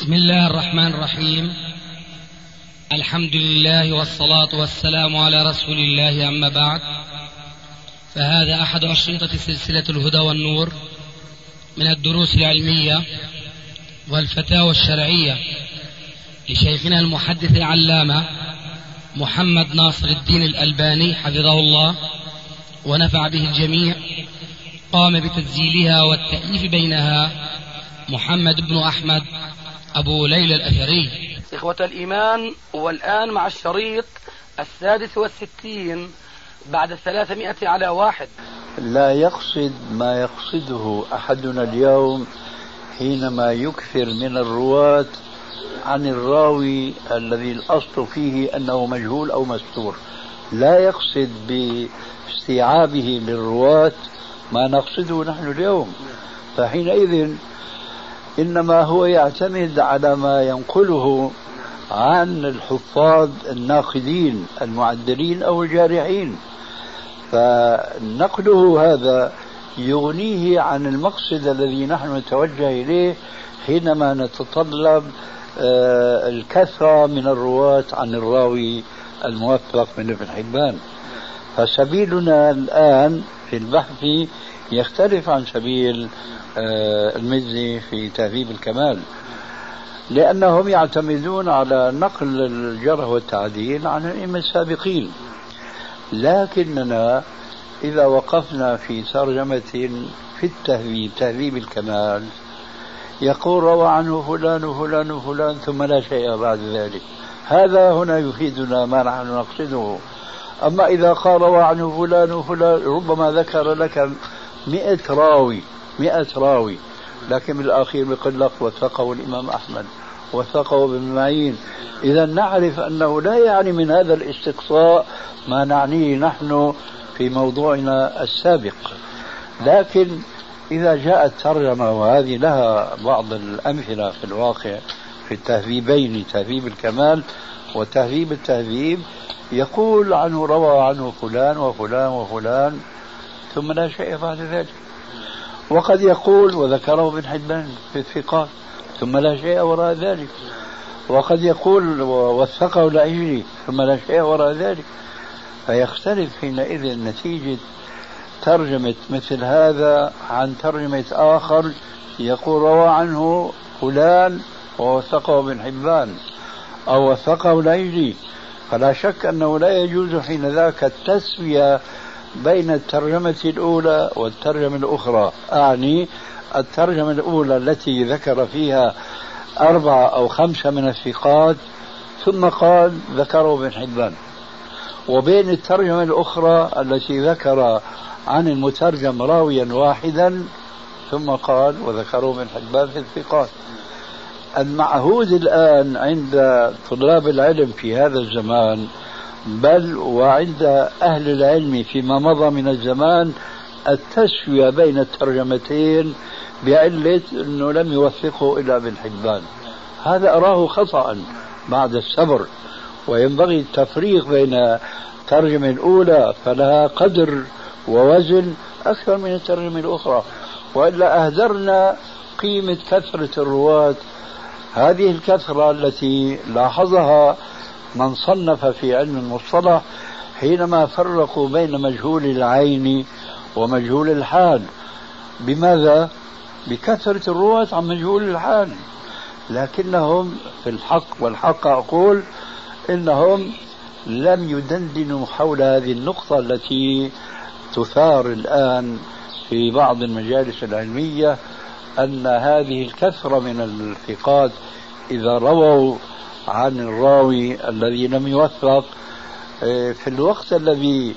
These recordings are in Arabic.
بسم الله الرحمن الرحيم. الحمد لله والصلاة والسلام على رسول الله، أما بعد، فهذا أحد أشرطة سلسلة الهدى والنور من الدروس العلمية والفتاوى الشرعية لشيخنا المحدث العلامة محمد ناصر الدين الألباني حفظه الله ونفع به الجميع. قام بتسجيلها والتأليف بينها محمد بن أحمد أبو ليلى الأثري. إخوة الإيمان، والآن مع الشريط 66 بعد 300 لا يقصد ما يقصده أحدنا اليوم حينما يكثر من الرواة عن الراوي الذي الأصل فيه أنه مجهول أو مستور. لا يقصد باستيعابه للرواة ما نقصده نحن اليوم، فحينئذ إنما هو يعتمد على ما ينقله عن الحفاظ الناقدين المعدلين أو الجارحين، فنقله هذا يغنيه عن المقصد الذي نحن نتوجه إليه حينما نتطلب الكثرة من الرواة عن الراوي الموثق من ابن حبان. فسبيلنا الآن في البحث يختلف عن سبيل المزي في تهذيب الكمال، لأنهم يعتمدون على نقل الجرح والتعديل عن الأئمة السابقين. لكننا إذا وقفنا في ترجمة في التهذيب، تهذيب الكمال، يقول روى عنه فلان وفلان وفلان ثم لا شيء بعد ذلك. هذا هنا يفيدنا ما نحن نقصده. أما إذا قال روى عنه فلان وفلان، ربما ذكر لك 100 راوي، لكن بالأخير يقول لك وثقه الإمام أحمد وثقه ابن معين. إذا نعرف أنه لا يعني من هذا الاستقصاء ما نعنيه نحن في موضوعنا السابق. لكن إذا جاءت ترجمة، وهذه لها بعض الأمثلة في الواقع في التهذيبين، تهذيب الكمال وتهذيب التهذيب، يقول عنه روى عنه فلان وفلان وفلان ثم لا شيء بعد ذلك. وقد يقول وذكره ابن حبان في الثقات ثم لا شيء وراء ذلك. وقد يقول وثقه العجلي ثم لا شيء وراء ذلك. فيختلف حينئذ نتيجة ترجمة مثل هذا عن ترجمة آخر يقول روى عنه فلان ووثقه ابن حبان أو وثقه العجلي. فلا شك أنه لا يجوز حين ذاك التسوية بين الترجمة الأولى والترجمة الأخرى. أعني الترجمة الأولى التي ذكر فيها 4 أو 5 من الثقات ثم قال ذكره ابن حبان، وبين الترجمة الأخرى التي ذكر عن المترجم راويا واحدا ثم قال وذكره ابن حبان في الثقات. المعهود الآن عند طلاب العلم في هذا الزمان، بل وعند أهل العلم فيما مضى من الزمان، التسوية بين الترجمتين بعلة أنه لم يوثقه إلا ابن حبان. هذا أراه خطأ بعد الصبر، وينبغي التفريق بين الترجمة الأولى فلها قدر ووزن أكثر من الترجمة الأخرى، وإلا أهدرنا قيمة كثرة الرواة. هذه الكثرة التي لاحظها من صنف في علم المصطلح حينما فرقوا بين مجهول العين ومجهول الحال. بماذا؟ بكثرة الرواة عن مجهول الحال. لكنهم في الحق، والحق أقول إنهم لم يدندنوا حول هذه النقطة التي تثار الآن في بعض المجالس العلمية، أن هذه الكثرة من الثقات إذا رووا عن الراوي الذي لم يوثق في الوقت الذي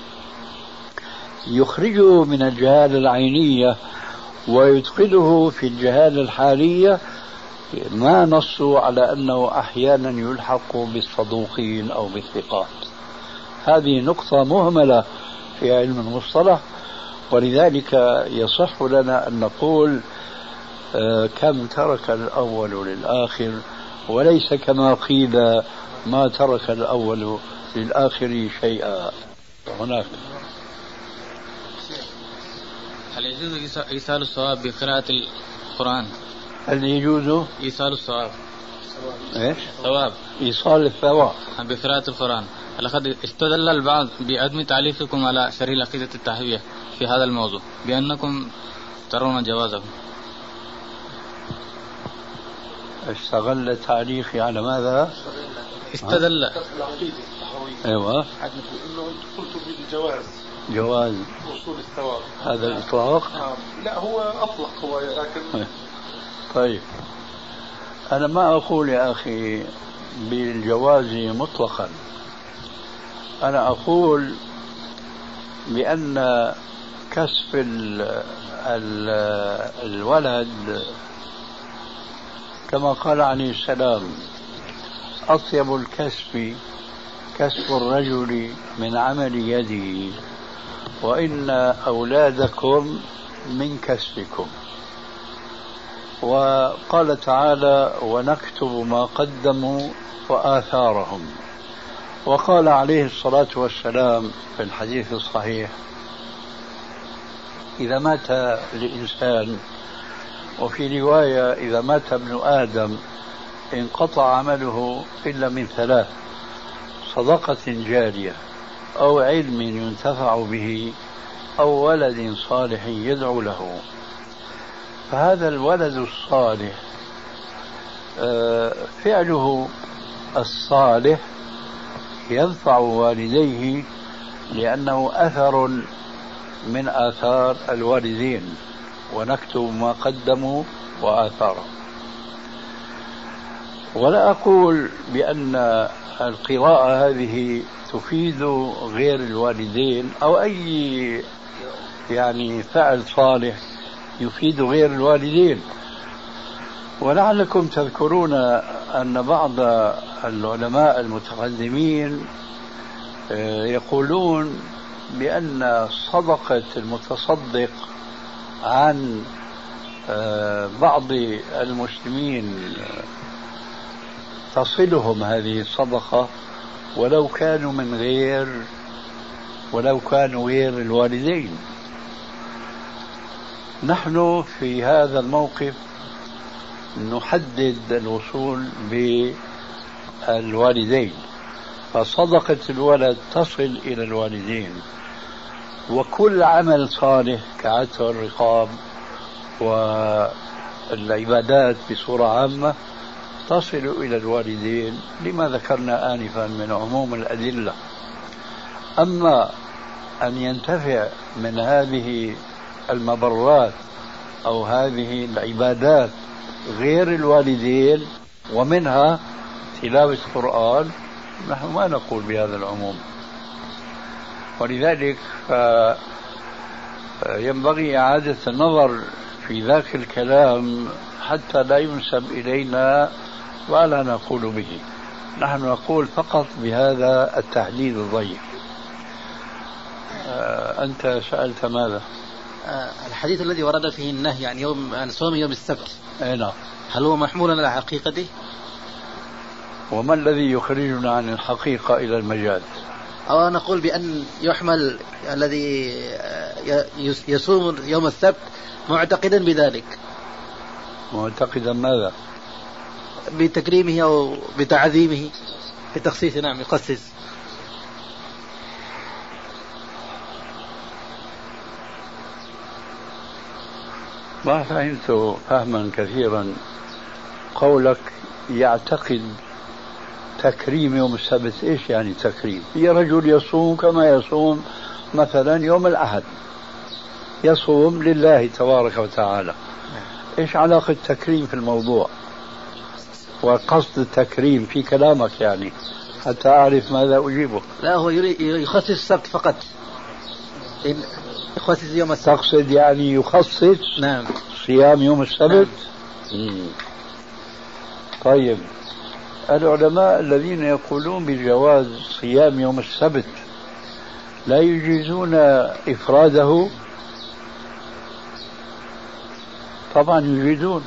يخرجه من الجهالة العينية ويدخله في الجهالة الحالية، ما نصوا على أنه أحيانا يلحق بالصدوقين أو بالثقات. هذه نقطة مهملة في علم المصطلح، ولذلك يصح لنا أن نقول كم ترك الأول للآخر، وليس كما قيل ما ترك الأول للآخر شيئا. هناك هل يجوز إيصال الصواب بقراءة القرآن؟ هل يجوز إيصال الصواب إيش؟ ثواب إيصال الثواب بقراءة القرآن. لقد استدل البعض بعدم تعليقكم على شرح العقيدة التحوية في هذا الموضوع بأنكم ترون جوازه. استغل تعليقي على ماذا؟ استدل. ايوه. انه قلت بالجواز. جواز وصول الثواب. هذا الإطلاق؟ لا هو أطلق هو لكن. طيب أنا ما أقول يا أخي بالجواز مطلقا، أنا أقول بأن كسب الولد كما قال عليه السلام أطيب الكسب كسب الرجل من عمل يده وإن أولادكم من كسبكم. وقال تعالى ونكتب ما قدموا وآثارهم. وقال عليه الصلاة والسلام في الحديث الصحيح إذا مات الإنسان، وفي رواية إذا مات ابن آدم انقطع عمله إلا من ثلاث: صدقة جارية أو علم ينتفع به أو ولد صالح يدعو له. فهذا الولد الصالح فعله الصالح ينفع والديه لأنه أثر من آثار الوالدين، ونكتب ما قدموا وآثارهم. ولا أقول بأن القراءة هذه تفيد غير الوالدين أو أي فعل صالح يفيد غير الوالدين. ولعلكم تذكرون أن بعض العلماء المتقدمين يقولون بأن صدقة المتصدق عن بعض المسلمين تصلهم هذه الصدقة ولو كانوا غير الوالدين. نحن في هذا الموقف نحدد الوصول بالوالدين، فصدقة الولد تصل إلى الوالدين، وكل عمل صالح كعتق الرقاب والعبادات بصورة عامة تصل إلى الوالدين لما ذكرنا آنفا من عموم الأدلة. أما أن ينتفع من هذه المبرات أو هذه العبادات غير الوالدين ومنها تلاوة القرآن، نحن ما نقول بهذا العموم. ولذلك ينبغي إعادة النظر في ذاك الكلام حتى لا ينسب إلينا ولا نقول به. نحن نقول فقط بهذا التحديد الضيق. أنت سألت ماذا؟ الحديث الذي ورد فيه النهي عن صوم يوم السبت، نعم، هل هو محمول على حقيقته؟ وما الذي يخرجنا عن الحقيقة إلى المجاز؟ أو نقول بأن يحمل الذي يصوم يوم السبت معتقدا بذلك. معتقدا ماذا؟ بتكريمه أو بتعظيمه بتخصيص. نعم، يخصص. ما فهمت فهما كثيرا. قولك يعتقد تكريم يوم السبت، ايش يعني تكريم؟ هي رجل يصوم كما يصوم مثلا يوم الأحد، يصوم لله تبارك وتعالى، ايش علاقة التكريم في الموضوع؟ وقصد التكريم في كلامك حتى أعرف ماذا أجيبك. لا، هو يخصص السبت فقط، يخصص يوم السبت. تقصد يخصص نعم صيام يوم السبت. نعم. طيب، العلماء الذين يقولون بجواز صيام يوم السبت لا يجيزون إفراده؟ طبعا يجيزون.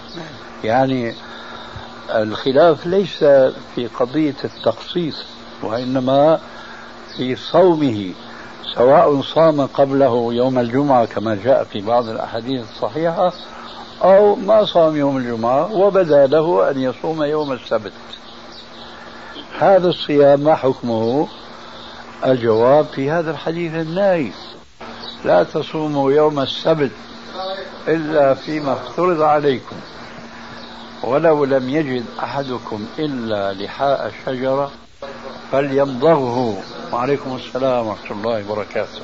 الخلاف ليس في قضية التخصيص، وإنما في صومه، سواء صام قبله يوم الجمعة كما جاء في بعض الأحاديث الصحيحة أو ما صام يوم الجمعة وبدا له أن يصوم يوم السبت. هذا الصيام ما حكمه؟ الجواب في هذا الحديث النهي: لا تصوموا يوم السبت إلا فيما افترض عليكم، ولو لم يجد أحدكم إلا لحاء الشجرة فليمضغه. وعليكم السلام ورحمة الله وبركاته.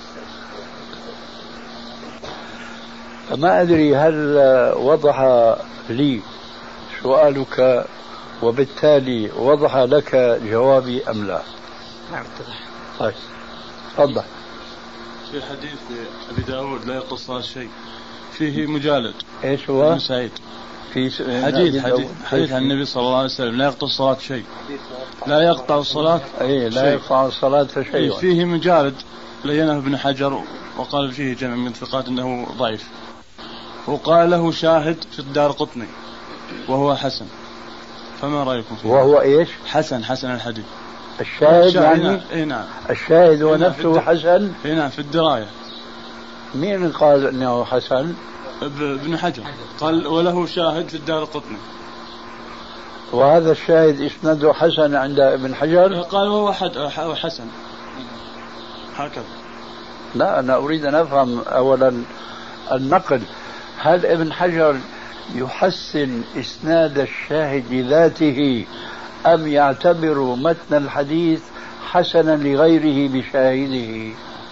ما أدري هل وضح لي سؤالك وبالتالي وضح لك جوابي أم لا؟ نعم اتضح. طيب تفضل. في حديث أبي داود لا يقطع الصلاة شيء فيه مجالد. إيش هو؟ ابن سعيد في حديث عن النبي صلى الله عليه وسلم لا يقطع الصلاة شيء، لا يقطع الصلاة أي لا يقطع الصلاة شيء. فيه مجالد لينه ابن حجر وقال فيه جمع من الثقات أنه ضعيف، وقال له شاهد في الدارقطني وهو حسن، فما رأيكم فيه؟ وهو إيش؟ حسن الحديث. الشاهد يعني؟ إيه نعم. الشاهد هو نفسه حسن؟ إيه نعم في الدراية. مين قال أنه حسن؟ ابن حجر قال وله شاهد في الدارقطني. وهذا الشاهد إسناده حسن عند ابن حجر؟ قال وهو حسن هكذا. لا أنا أريد أن أفهم أولا النقل. هل ابن حجر يحسن إسناد الشاهد لذاته أم يعتبر متن الحديث حسنا لغيره بشاهده؟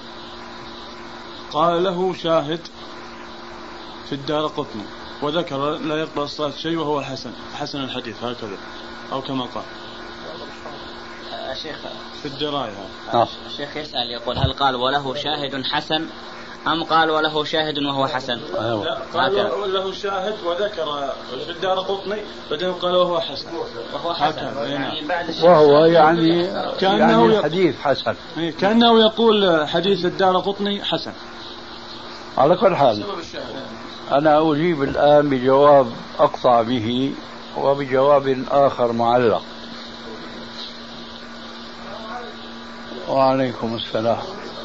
قال له شاهد في الدارقطني وذكر لا يقطع الصلاة شيء وهو حسن الحديث هكذا أو كما قال الشيخ في الدراية. الشيخ يسأل يقول هل قال وله شاهد حسن أم قال وله شاهد وهو حسن؟ لا قال له شاهد وذكر في الدارقطني بعدين قال وهو حسن. وهو يعني كأنه الحديث حسن، كأنه يقول حديث الدارقطني حسن. على كل حال أنا أجيب الآن بجواب أقطع به وبجواب آخر معلق. وعليكم السلام.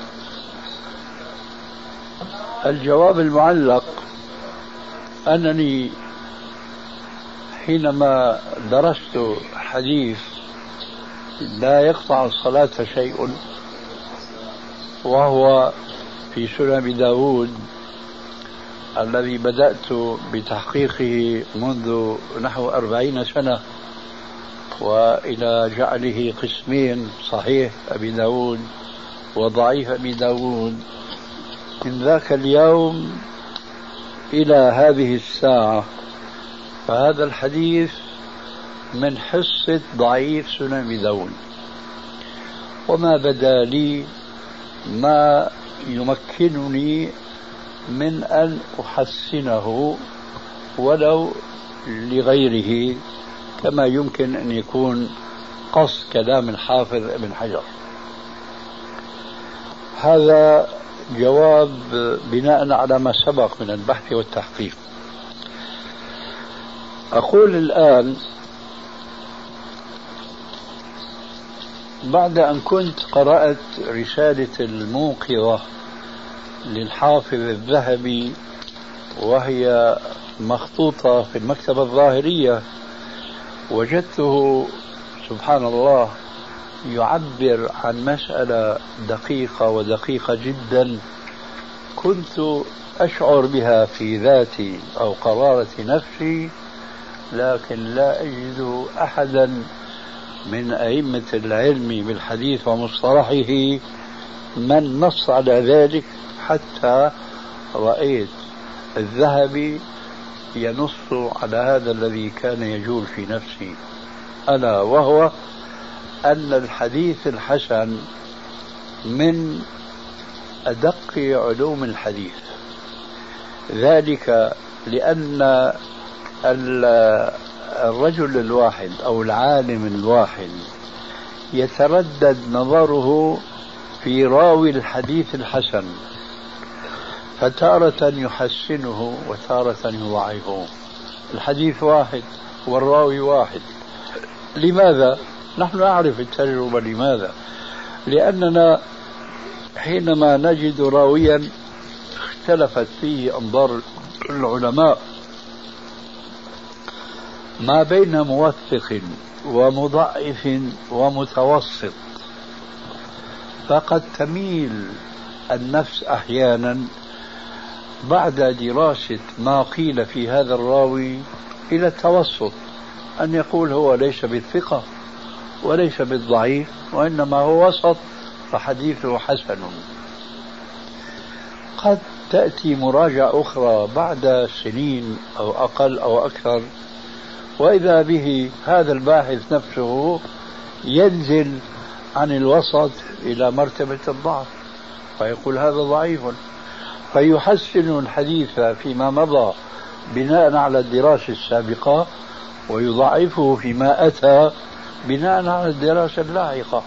الجواب المعلق أنني حينما درست حديث لا يقطع الصلاة شيء وهو في سنن أبي داود الذي بدأت بتحقيقه منذ نحو 40 سنة وإلى جعله قسمين: صحيح أبي داود وضعيف أبي داود، من ذاك اليوم إلى هذه الساعة فهذا الحديث من حصة ضعيف سنن أبي داود، وما بدا لي ما يمكنني من أن أحسنه ولو لغيره، كما يمكن أن يكون قصد كلام الحافظ ابن حجر. هذا جواب بناء على ما سبق من البحث والتحقيق. أقول الآن بعد أن كنت قرأت رسالة الموقظة للحافظ الذهبي وهي مخطوطة في المكتبة الظاهرية، وجدته سبحان الله يعبر عن مسألة دقيقة ودقيقة جدا كنت أشعر بها في ذاتي أو قرارة نفسي، لكن لا أجد أحدا من أئمة العلم بالحديث ومصطلحه من نص على ذلك، حتى رأيت الذهبي ينص على هذا الذي كان يجول في نفسي، ألا وهو أن الحديث الحسن من أدق علوم الحديث، ذلك لأن الرجل الواحد أو العالم الواحد يتردد نظره في راوي الحديث الحسن، فتارة يحسنه وتارة يضعفه. الحديث واحد والراوي واحد. لماذا؟ نحن نعرف التجربة. لماذا؟ لأننا حينما نجد راويا اختلفت فيه أنظار العلماء ما بين موثق ومضعف ومتوسط، فقد تميل النفس أحيانا بعد دراسة ما قيل في هذا الراوي إلى التوسط، أن يقول هو ليس بالثقة وليس بالضعيف وإنما هو وسط فحديثه حسن. قد تأتي مراجعة أخرى بعد سنين أو أقل أو أكثر، وإذا به هذا الباحث نفسه ينزل عن الوسط إلى مرتبة الضعف فيقول هذا ضعيف، فيحسن الحديث فيما مضى بناء على الدراسة السابقة ويضعفه فيما أتى بناء على الدراسة اللاحقة،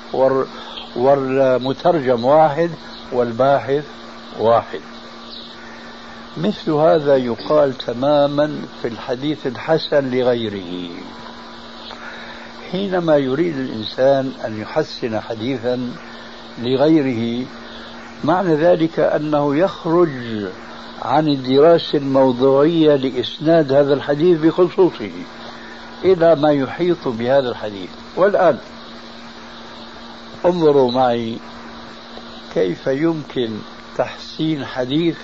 والمترجم واحد والباحث واحد. مثل هذا يقال تماما في الحديث الحسن لغيره. حينما يريد الإنسان أن يحسن حديثا لغيره معنى ذلك أنه يخرج عن الدراسة الموضوعية لإسناد هذا الحديث بخصوصه إلى ما يحيط بهذا الحديث. والآن انظروا معي كيف يمكن تحسين حديث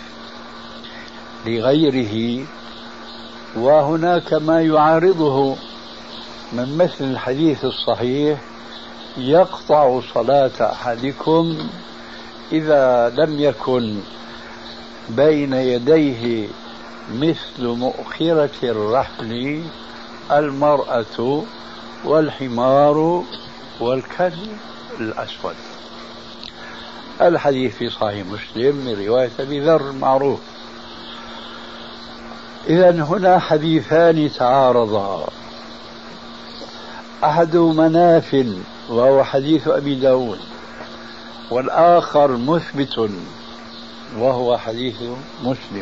لغيره وهناك ما يعارضه من مثل الحديث الصحيح: يقطع صلاة أحدكم إذا لم يكن بين يديه مثل مؤخرة الرحل المرأة والحمار والكلب الأسود. الحديث في صحيح مسلم من رواية أبي ذر معروف. إذن هنا حديثان تعارضا، أحدهما ناف وهو حديث أبي داود، والآخر مثبت وهو حديث مسلم.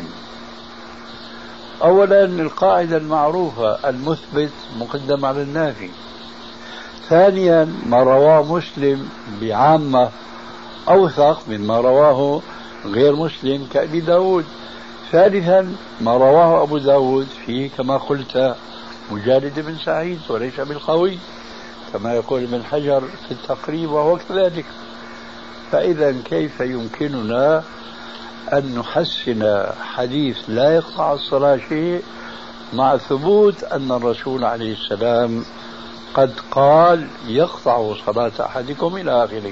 أولا القاعدة المعروفة: المثبت مقدم على النافي. ثانيا ما رواه مسلم بعامة أوثق مما رواه غير مسلم كأبي داود. ثالثا ما رواه أبو داود فيه كما قلت مجالد بن سعيد وليس بالقوي كما يقول ابن حجر في التقريب وهو كذلك. فإذا كيف يمكننا أن نحسن حديث لا يقطع الصلاة شيء مع ثبوت أن الرسول عليه السلام قد قال يقطع صلاة أحدكم إلى آخره؟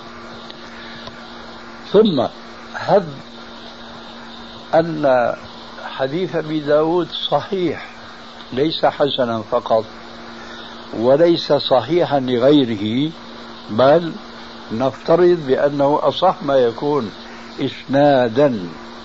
ثم هب أن حديث أبي داود صحيح ليس حسنا فقط وليس صحيحا لغيره، بل نفترض بأنه أصح ما يكون إسنادا.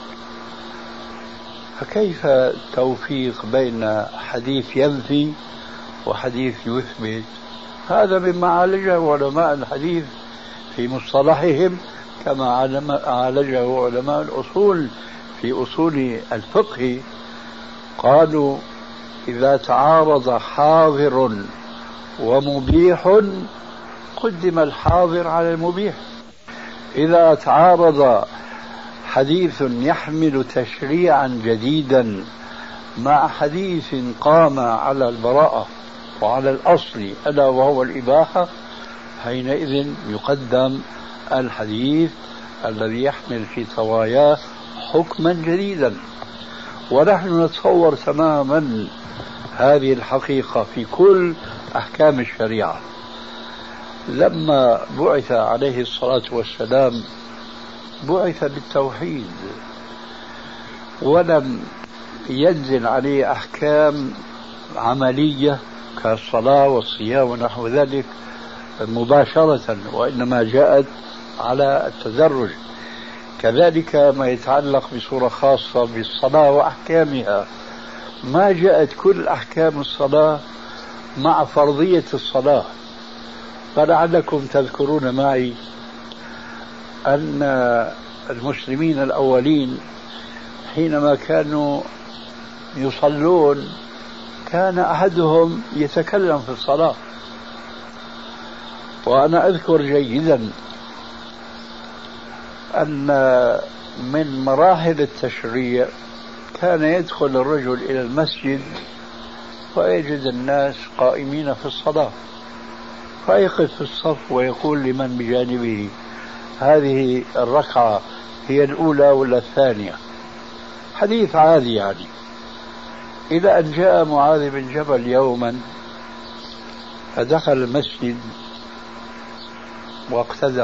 فكيف التوفيق بين حديث ينفي وحديث يثبت؟ هذا مما عالجه علماء الحديث في مصطلحهم كما عالجه علماء الأصول في أصول الفقه. قالوا إذا تعارض حاضر ومبيح قدم الحاضر على المبيح. إذا تعارض حديث يحمل تشريعا جديدا مع حديث قام على البراءة وعلى الأصل ألا وهو الإباحة، حينئذ يقدم الحديث الذي يحمل في طواياه حكما جديدا. ونحن نتصور تماما هذه الحقيقة في كل أحكام الشريعة. لما بعث عليه الصلاة والسلام بعث بالتوحيد ولم ينزل عليه أحكام عملية كالصلاة والصيام ونحو ذلك مباشرة، وإنما جاءت على التدرج. كذلك ما يتعلق بصورة خاصة بالصلاة وأحكامها، ما جاءت كل أحكام الصلاة مع فرضية الصلاة. فلعلكم تذكرون معي أن المسلمين الأولين حينما كانوا يصلون كان أحدهم يتكلم في الصلاة. وأنا أذكر جيدا أن من مراحل التشريع كان يدخل الرجل إلى المسجد ويجد الناس قائمين في الصلاة، فيقف في الصف ويقول لمن بجانبه: هذه الركعة هي الأولى ولا الثانية؟ حديث عادي يعني. إلى أن جاء معاذ بن جبل يوما فدخل المسجد واقتدى،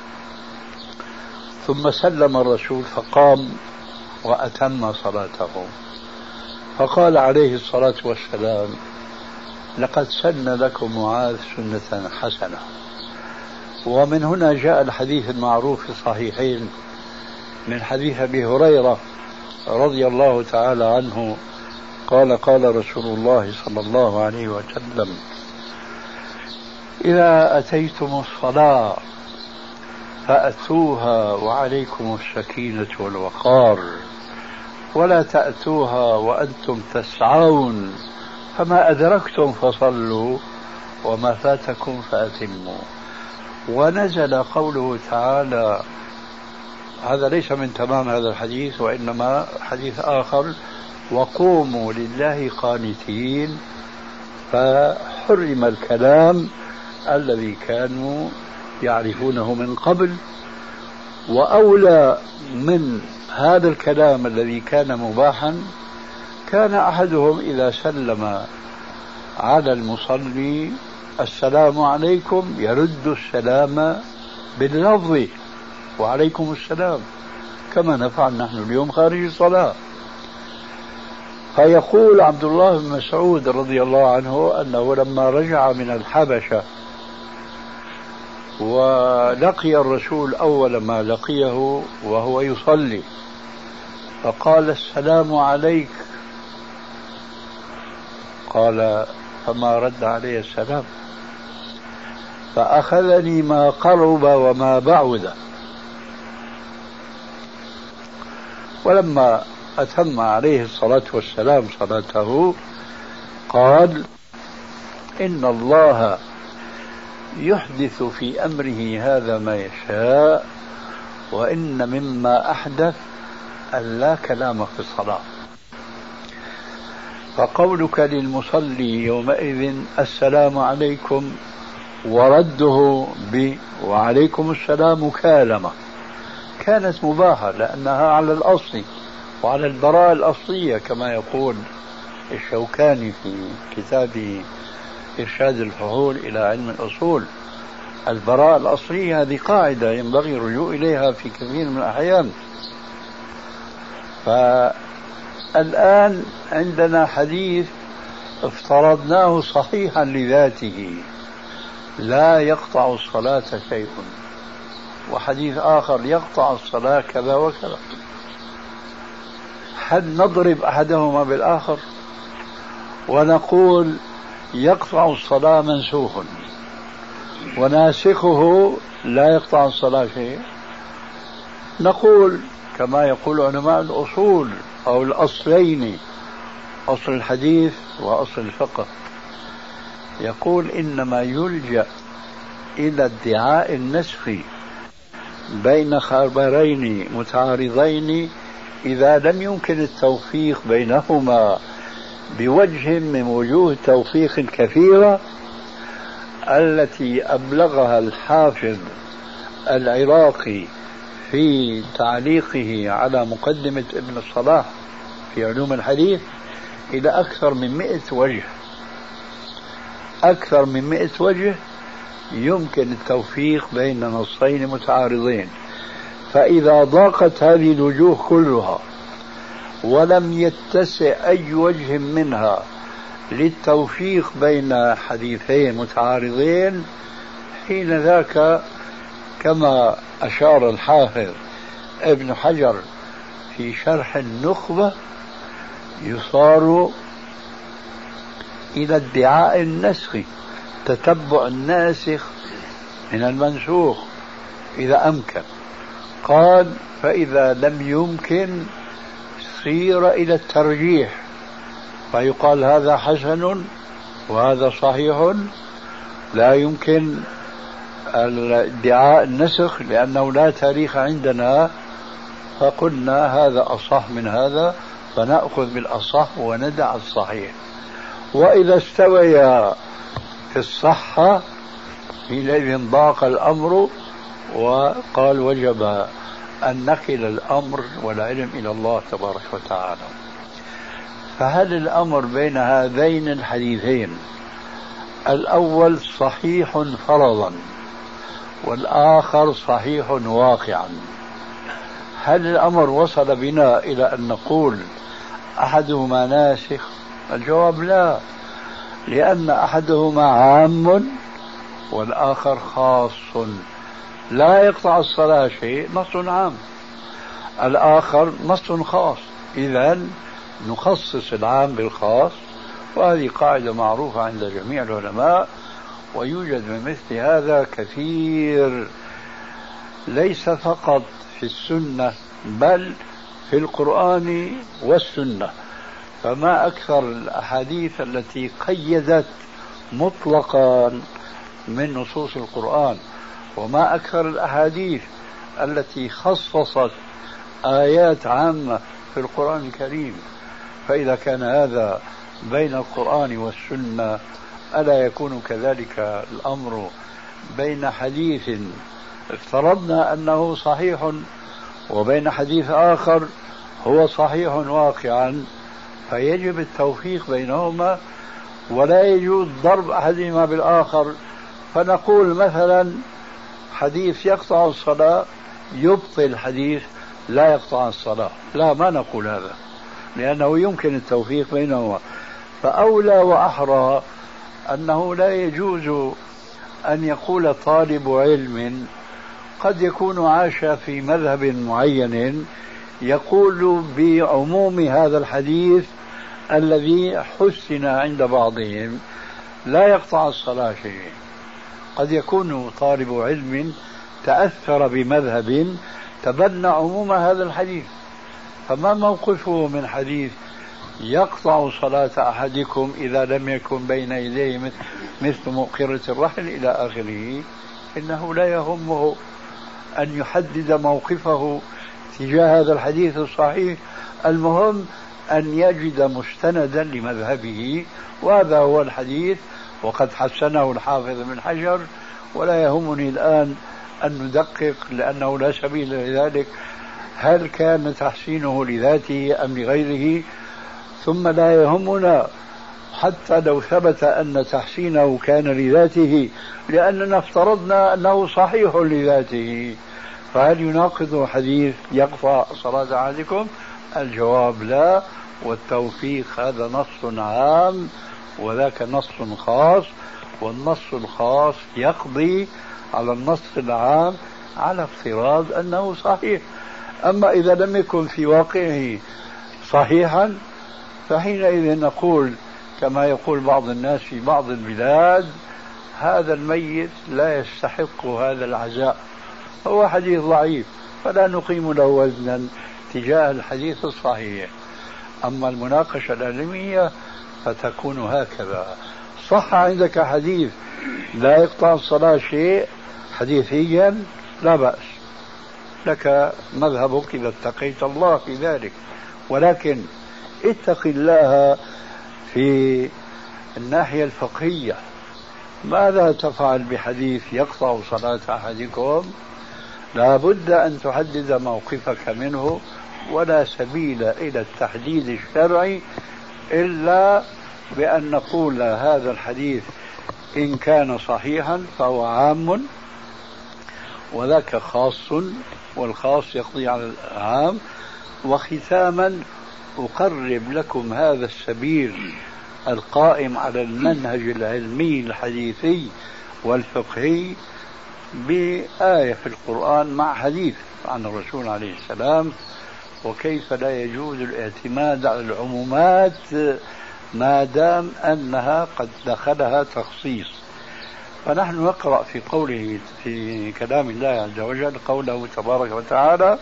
ثم سلم الرسول فقام وأتم صلاته، فقال عليه الصلاة والسلام: لقد سن لكم معاذ سنة حسنة. ومن هنا جاء الحديث المعروف في الصحيحين من حديث أبي هريرة رضي الله تعالى عنه قال: قال رسول الله صلى الله عليه وسلم: إذا أتيتم الصلاة فأتوها وعليكم السكينة والوقار، ولا تأتوها وأنتم تسعون، فما أدركتم فصلوا وما فاتكم فأتموا. ونزل قوله تعالى، هذا ليس من تمام هذا الحديث وإنما حديث آخر: وقوموا لله قانتين، فحرم الكلام الذي كانوا يعرفونه من قبل. وأولى من هذا الكلام الذي كان مباحا كان أحدهم إذا سلم على المصلي: السلام عليكم، يرد السلام باللفظ: وعليكم السلام، كما نفعل نحن اليوم خارج الصلاة. فيقول عبد الله بن مسعود رضي الله عنه أنه لما رجع من الحبشة ولقي الرسول أول ما لقيه وهو يصلي فقال: السلام عليك. قال: فما رد عليه السلام، فأخذني ما قرب وما بعد. ولما أتم عليه الصلاة والسلام صلاته قال: إن الله يحدث في أمره هذا ما يشاء، وإن مما أحدث أن لا كلام في الصلاة. فقولك للمصلي يومئذ السلام عليكم ورده وعليكم السلام مكالمة كانت مباحة، لأنها على الأصل وعلى البراءة الأصلية كما يقول الشوكاني في كتابه إرشاد الفحول إلى علم الأصول. البراءة الأصلية هذه قاعدة ينبغي الرجوع إليها في كثير من الأحيان. فالآن عندنا حديث افترضناه صحيحا لذاته لا يقطع الصلاة شيء، وحديث آخر يقطع الصلاة كذا وكذا. هل نضرب أحدهما بالآخر ونقول يقطع الصلاة منسوخ وناسخه لا يقطع الصلاة شيء؟ نقول كما يقول علماء الأصول أو الأصلين، أصل الحديث وأصل الفقه، يقول إنما يلجأ إلى ادعاء النسخ بين خبرين متعارضين إذا لم يمكن التوفيق بينهما بوجه من وجوه التوفيق الكثيرة التي أبلغها الحافظ العراقي في تعليقه على مقدمة ابن الصلاح في علوم الحديث إلى أكثر من 100 وجه. أكثر من 100 وجه يمكن التوفيق بين نصين متعارضين. فإذا ضاقت هذه الوجوه كلها ولم يتسع أي وجه منها للتوفيق بين حديثين متعارضين، حين ذاك كما أشار الحافظ ابن حجر في شرح النخبة يصار إلى ادعاء النسخ، تتبع الناسخ من المنسوخ إذا أمكن. قال: فإذا لم يمكن صير إلى الترجيح، فيقال هذا حسن وهذا صحيح، لا يمكن ادعاء النسخ لأنه لا تاريخ عندنا، فقلنا هذا أصح من هذا فنأخذ بالأصح وندع الصحيح. وإذا استويا في الصحة حينئذ ضاق الأمر وقال وجب أن نقل الأمر والعلم إلى الله تبارك وتعالى. فهل الأمر بين هذين الحديثين الأول صحيح فرضا والآخر صحيح واقعا، هل الأمر وصل بنا إلى أن نقول أحدهما ناسخ؟ الجواب لا، لأن أحدهما عام والآخر خاص، لا يقطع الصلاة شيء نص عام، الآخر نص خاص، إذن نخصص العام بالخاص، وهذه قاعدة معروفة عند جميع العلماء، ويوجد من مثل هذا كثير ليس فقط في السنة بل في القرآن والسنة. فما أكثر الأحاديث التي قيدت مطلقا من نصوص القرآن، وما أكثر الأحاديث التي خصصت آيات عامة في القرآن الكريم. فإذا كان هذا بين القرآن والسنة ألا يكون كذلك الأمر بين حديث افترضنا أنه صحيح وبين حديث آخر هو صحيح واقعا، فيجب التوفيق بينهما ولا يجوز ضرب أحدهما بالآخر. فنقول مثلا حديث يقطع الصلاة يبطل حديث لا يقطع الصلاة، لا، ما نقول هذا، لأنه يمكن التوفيق بينهما. فأولى وأحرى أنه لا يجوز أن يقول طالب علم قد يكون عاش في مذهب معين يقول بعموم هذا الحديث الذي حسن عند بعضهم لا يقطع الصلاة شيء. قد يكون طالب علم تأثر بمذهب تبنى عموم هذا الحديث، فما موقفه من حديث يقطع صلاة أحدكم إذا لم يكن بين يديه مثل مؤخرة الرحل إلى آخره؟ إنه لا يهمه أن يحدد موقفه تجاه هذا الحديث الصحيح، المهم أن يجد مستندا لمذهبه، وهذا هو الحديث وقد حسنه الحافظ بن حجر. ولا يهمني الآن أن ندقق لأنه لا سبيل لذلك، هل كان تحسينه لذاته أم لغيره؟ ثم لا يهمنا حتى لو ثبت أن تحسينه كان لذاته، لأننا افترضنا أنه صحيح لذاته، فهل يناقض حديث يقطع صلاة أحدكم؟ الجواب لا، والتوفيق هذا نص عام وذاك نص خاص، والنص الخاص يقضي على النص العام على افتراض أنه صحيح. أما إذا لم يكن في واقعه صحيحا فحينئذ نقول كما يقول بعض الناس في بعض البلاد هذا الميت لا يستحق هذا العزاء، هو حديث ضعيف فلا نقيم له وزنا تجاه الحديث الصحيح. أما المناقشة العلمية فتكون هكذا: صح عندك حديث لا يقطع الصلاة شيء حديثيا، لا بأس، لك مذهبك إذا اتقيت الله في ذلك، ولكن اتق الله في الناحية الفقهية. ماذا تفعل بحديث يقطع صلاة أحدكم؟ لا بد أن تحدد موقفك منه، ولا سبيل إلى التحديد الشرعي إلا بأن نقول هذا الحديث إن كان صحيحا فهو عام وذاك خاص، والخاص يقضي على العام. وختاما أقرب لكم هذا السبيل القائم على المنهج العلمي الحديثي والفقهي بآية في القرآن مع حديث عن الرسول عليه السلام، وكيف لا يجوز الاعتماد على العمومات ما دام أنها قد دخلها تخصيص. فنحن نقرأ في قوله في كلام الله عز وجل قوله تبارك وتعالى: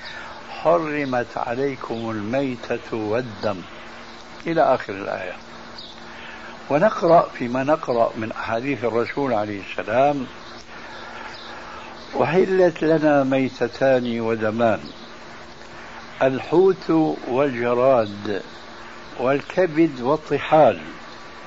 حرمت عليكم الميتة والدم إلى آخر الآية. ونقرأ فيما نقرأ من أحاديث الرسول عليه السلام: أحلت لنا ميتتان ودمان، الحوت والجراد والكبد والطحال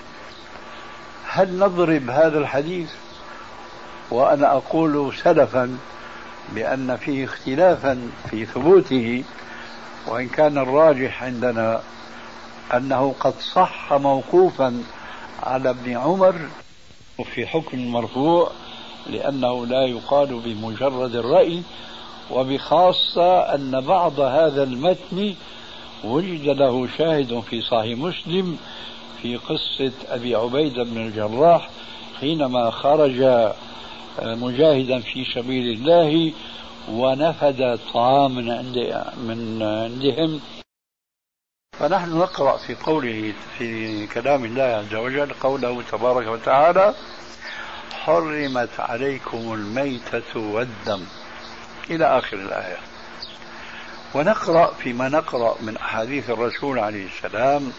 هل نضرب هذا الحديث وأنا أقول سلفا بأن فيه اختلافا في ثبوته، وإن كان الراجح عندنا أنه قد صح موقوفا على ابن عمر في حكم مرفوع، لأنه لا يقال بمجرد الرأي، وبخاصة أن بعض هذا المتن وجد له شاهد في صحيح مسلم في قصة أبي عبيدة بن الجراح حينما خرج مجاهدا في سبيل الله ونفد الطعام من عندهم. فنحن نقرأ في قوله في كلام الله عز وجل قوله تبارك وتعالى: حرمت عليكم الميتة والدم إلى آخر الآية. ونقرأ فيما نقرأ من أحاديث الرسول عليه السلام: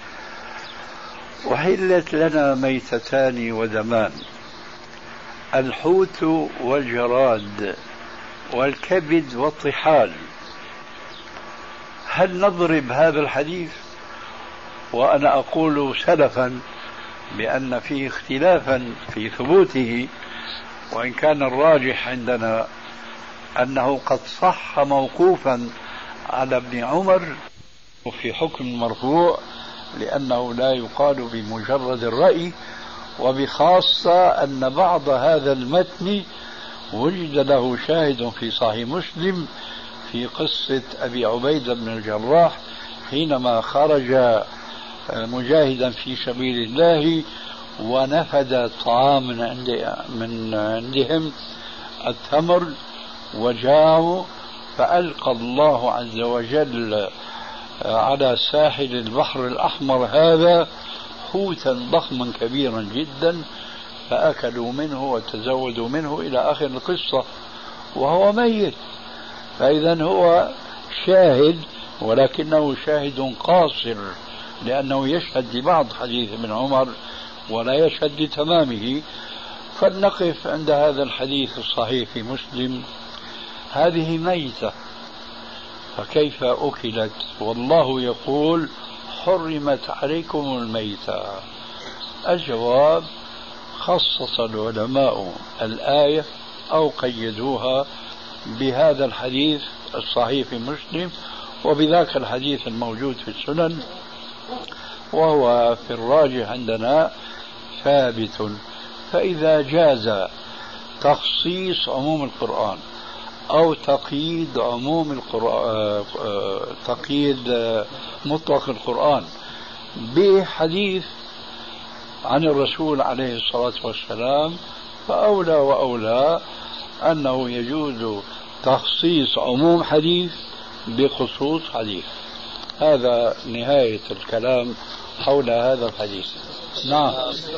أحلت لنا ميتتان ودمان، الحوت والجراد والكبد والطحال. هل نضرب هذا الحديث وأنا أقول سلفا بأن فيه اختلافا في ثبوته، وإن كان الراجح عندنا أنه قد صح موقوفا على ابن عمر في حكم مرفوع، لأنه لا يقال بمجرد الرأي، وبخاصة أن بعض هذا المتن وجد له شاهد في صحيح مسلم في قصة أبي عبيدة بن الجراح حينما خرج مجاهدا في سبيل الله ونفد الطعام من عندهم التمر، وجاءوا فألقى الله عز وجل على ساحل البحر الأحمر هذا حوتا ضخما كبيرا جدا، فأكلوا منه وتزودوا منه إلى آخر القصة وهو ميت. فإذا هو شاهد، ولكنه شاهد قاصر، لأنه يشهد لبعض حديث ابن عمر ولا يشهد لتمامه. فلنقف عند هذا الحديث الصحيح في مسلم: هذه ميتة فكيف أكلت؟ والله يقول: حرمت عليكم الميتة. الجواب: خصص العلماء الآية أو قيدوها بهذا الحديث الصحيح في مسلم وبذاك الحديث الموجود في السنن، وهو في الراجح عندنا ثابت. فإذا جاز تخصيص عموم القرآن أو تقييد عموم القرآن، تقييد مطلق القرآن بحديث عن الرسول عليه الصلاة والسلام، فأولى وأولى أنه يجوز تخصيص عموم حديث بخصوص حديث. هذا نهاية الكلام حول هذا الحديث. نعم.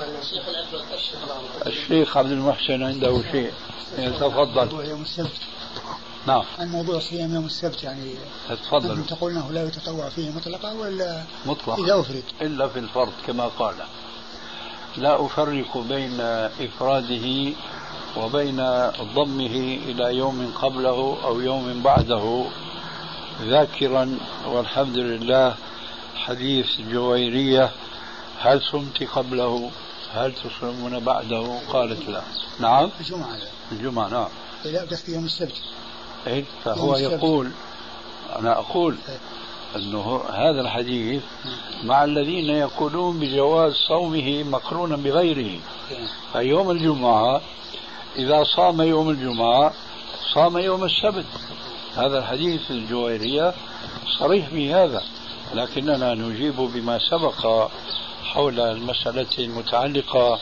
الشيخ عبد المحسن عنده شيء يتفضل. يوم السبت. نعم. عن موضوع صيام يوم السبت، يعني تفضل. تقول انه لا يتطوع فيه مطلقا ولا مطلقا اذا افرد؟ الا في الفرض كما قال. لا افرق بين افراده وبين ضمه الى يوم قبله او يوم بعده، ذاكرا والحمد لله حديث جويرية: هل صمت قبله؟ هل تصومون بعده؟ قالت لا. نعم. الجمعة نعم. لا قصدي يوم السبت. إيه؟ فهو يقول، أنا أقول أنه هذا الحديث مع الذين يقولون بجواز صومه مقرونا بغيره. فيوم الجمعة إذا صام يوم الجمعة صام يوم السبت. هذا الحديث الجويرية صريح بهذا، لكننا نجيب بما سبق حول المسألة المتعلقة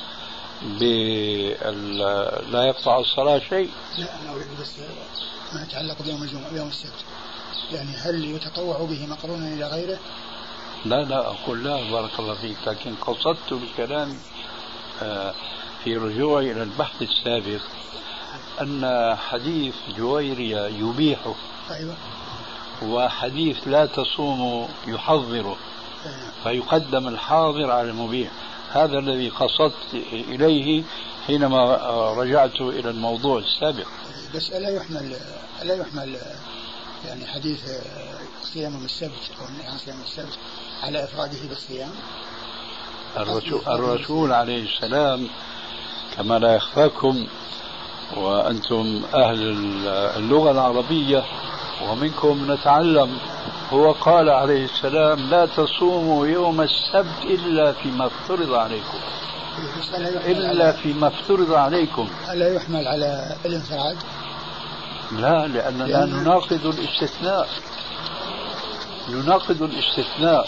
لا يقطع الصلاة شيء. لا أنا أريد بس ما يتعلق بيوم الجمعة بيوم السبت، يعني هل يتطوع به مقرونا إلى غيره؟ لا أقول لا، بارك الله فيك، لكن قصدت بالكلام في رجوعي إلى البحث السابق أن حديث جويرية يبيحه. أيوة. وحديث لا تصوم يحظره، فيقدم الحاضر على المبيح. هذا الذي قصدت إليه حينما رجعت إلى الموضوع السابق. بس ألا يحمل يعني حديث صيام السبت أو النهي عن صيام السبت على إفراده بالصيام؟ الرسول عليه السلام كما لا يخفاكم وأنتم أهل اللغة العربية ومنكم نتعلم، هو قال عليه السلام: لا تصوموا يوم السبت إلا فيما افترض عليكم، إلا فيما افترض عليكم. ألا يحمل على الانفراد؟ لا، لأننا نناقض الاستثناء، نناقض الاستثناء.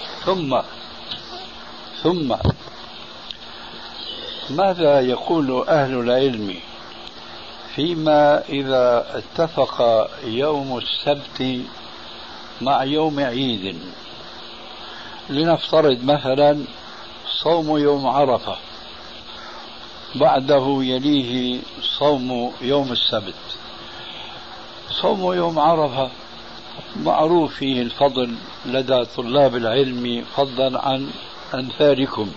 ثم ماذا يقول أهل العلم فيما إذا اتفق يوم السبت مع يوم عيد؟ لنفترض مثلا صوم يوم عرفة، بعده يليه صوم يوم السبت. صوم يوم عرفة معروف فيه الفضل لدى طلاب العلم فضلا عن أمثالكم،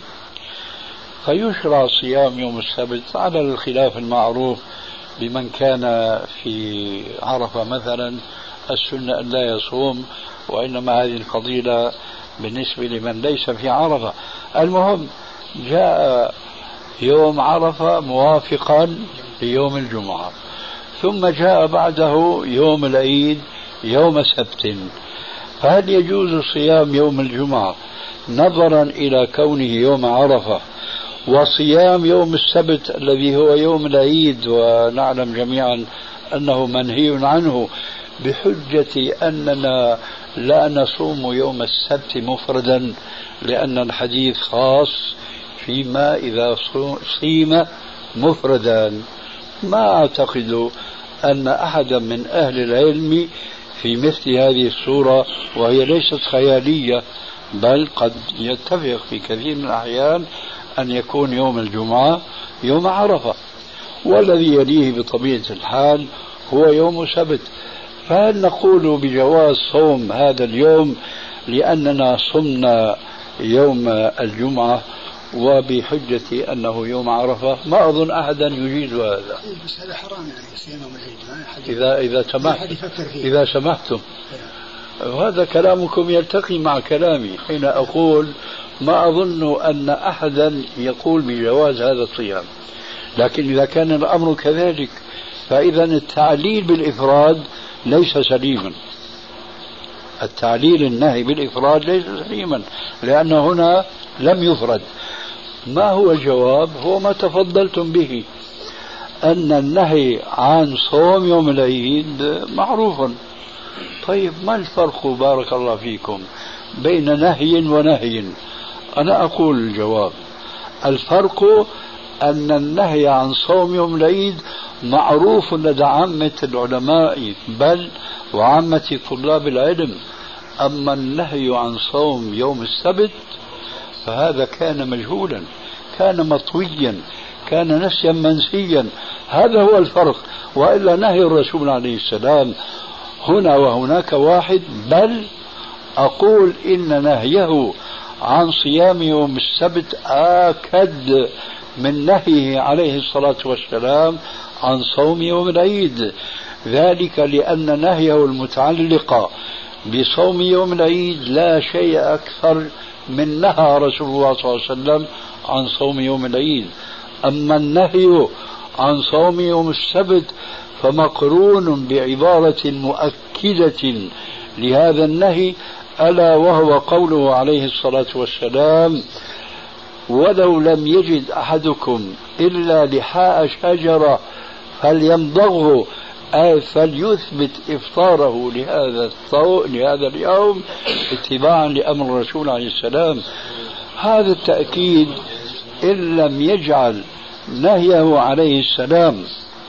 فيشرع صيام يوم السبت على الخلاف المعروف بمن كان في عرفة مثلا السنة أن لا يصوم، وإنما هذه الفضيلة بالنسبة لمن ليس في عرفة. المهم جاء يوم عرفة موافقا ليوم الجمعة، ثم جاء بعده يوم العيد يوم سبت، فهل يجوز صيام يوم الجمعة نظرا إلى كونه يوم عرفة وصيام يوم السبت الذي هو يوم العيد ونعلم جميعا أنه منهي عنه، بحجة أننا لا نصوم يوم السبت مفردا لأن الحديث خاص فيما إذا صيم مفردا؟ ما أعتقد أن أحدا من أهل العلم في مثل هذه الصورة، وهي ليست خيالية بل قد يتفق في كثير من الأحيان أن يكون يوم الجمعة يوم عرفة، والذي يليه بطبيعة الحال هو يوم سبت. فهل نقول بجواز صوم هذا اليوم لأننا صمنا يوم الجمعة وبحجة أنه يوم عرفة؟ ما أظن أحدا يجيز هذا. بس هذا حرام يعني صيام يوم العيد، إذا سمحتم. وهذا كلامكم يلتقي مع كلامي حين أقول ما أظن أن أحدا يقول بجواز هذا الصيام، لكن إذا كان الأمر كذلك فإذا التعليل بالإفراد ليس سليما، التعليل النهي بالإفراد ليس سليما، لأن هنا لم يفرد. ما هو الجواب؟ هو ما تفضلتم به، أن النهي عن صوم يوم العيد معروف. طيب ما الفرق بارك الله فيكم بين نهي ونهي؟ أنا أقول الجواب: الفرق أن النهي عن صوم يوم العيد معروف لدى عامة العلماء بل وعامة طلاب العلم، أما النهي عن صوم يوم السبت فهذا كان مجهولا، كان مطويا، كان نسيا منسيا. هذا هو الفرق، وإلا نهي الرسول عليه السلام هنا وهناك واحد، بل أقول إن نهيه عن صيام يوم السبت آكد من نهيه عليه الصلاة والسلام عن صوم يوم العيد، ذلك لأن نهيه المتعلق بصوم يوم العيد لا شيء أكثر من نهى رسول الله صلى الله عليه وسلم عن صوم يوم العيد. أما النهي عن صوم يوم السبت فمقرون بعبارة مؤكدة لهذا النهي، ألا وهو قوله عليه الصلاة والسلام: ولو لم يجد أحدكم إلا لحاء شجرة فليمضغه، أي فليثبت إفطاره لهذا اليوم اتباعا لأمر الرسول عليه السلام. هذا التأكيد إن لم يجعل نهيه عليه السلام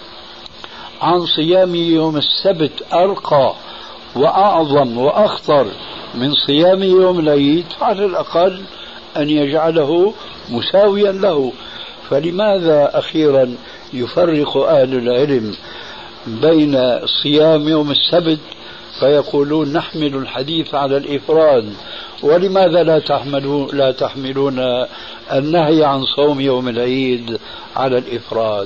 عن صيام يوم السبت أرقى وأعظم وأخطر من صيام يوم العيد، على الأقل أن يجعله مساويا له. فلماذا أخيرا يفرق أهل العلم بين صيام يوم السبت فيقولون نحمل الحديث على الإفراد، ولماذا لا تحملون النهي عن صوم يوم العيد على الإفراد؟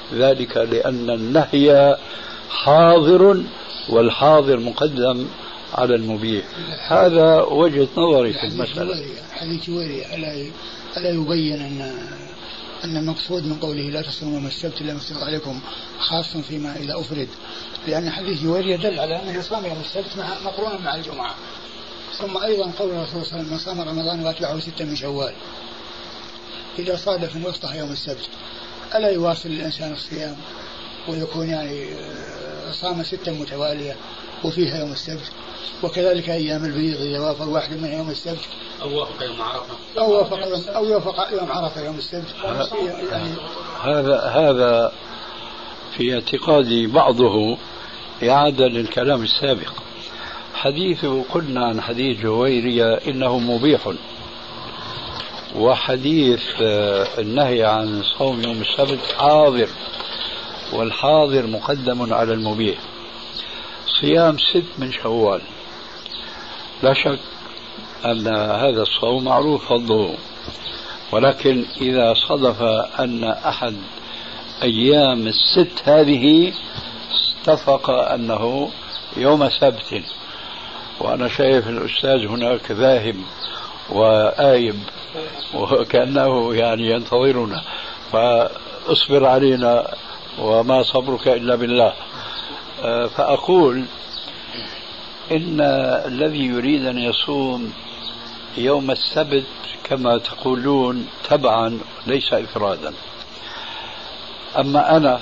ذلك لأن النهي حاضر والحاضر مقدم على المبيح. هذا وجهة نظري في المسألة. حديث جويرية ألا يبين أن المقصود من قوله لا تصوموا يوم السبت إلا ما افترض عليكم خاص فيما إذا أفرد، لأن حديث جويرية دل على أنه يصوم يوم السبت مقرونا مع الجمعة. ثم أيضا قول الرسول صلى الله عليه وسلم من صام رمضان وأتبعه 6 من شوال إذا صادف من وسطها يوم السبت ألا يواصل الإنسان الصيام ويكون يعني صام 6 متوالية وفيها يوم السبت؟ وكذلك أيام البيض إذا وافق واحد من يوم السبت أو وافق يوم عرفة أو يوافق يوم عرفة يوم السبت. يعني هذا في اعتقادي بعضه إعادة للكلام السابق. حديث قلنا عن حديث جويرية إنه مبيح، وحديث النهي عن صوم يوم السبت حاضر، والحاضر مقدم على المبيح. صيام 6 من شوال لا شك أن هذا الصوم معروف فضله، ولكن إذا صدف أن أحد أيام 6 هذه اتفق أنه يوم سبت، وأنا شايف الأستاذ هناك ذاهب وآيب وكأنه يعني ينتظرنا، فاصبر علينا وما صبرك إلا بالله. فأقول إن الذي يريد أن يصوم يوم السبت كما تقولون تبعا ليس إفرادا. أما أنا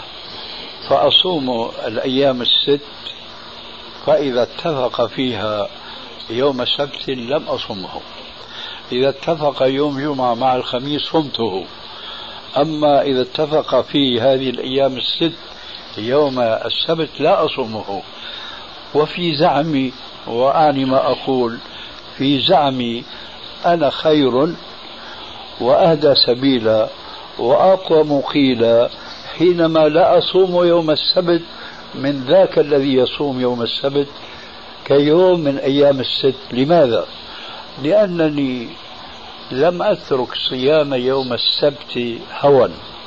فأصوم الأيام 6، فإذا اتفق فيها يوم سبت لم أصمه، إذا اتفق يوم جمعة مع الخميس صمته. أما إذا اتفق في هذه الأيام 6 يوم السبت لا أصومه. وفي زعمي، وأعني ما أقول، في زعمي أنا خير وأهدى سبيلا وأقوم قيلا حينما لا أصوم يوم السبت من ذاك الذي يصوم يوم السبت كيوم من أيام 6. لماذا؟ لأنني لم أترك صيام يوم السبت هوى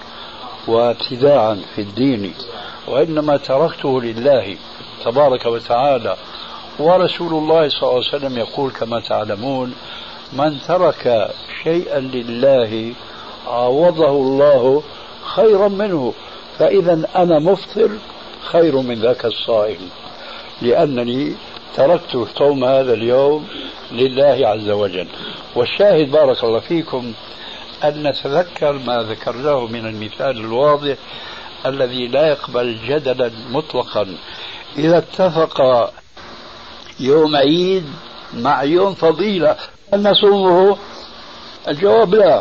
وابتداعا في الدين، وإنما تركته لله تبارك وتعالى. ورسول الله صلى الله عليه وسلم يقول كما تعلمون: من ترك شيئا لله عوضه الله خيرا منه. فإذا أنا مفطر خير من ذاك الصائم، لأنني تركت صوم هذا اليوم لله عز وجل. والشاهد بارك الله فيكم أن نتذكر ما ذكرناه من المثال الواضح الذي لا يقبل جدلا مطلقا. إذا اتفق يوم عيد مع يوم فضيلة أن نصومه؟ الجواب لا.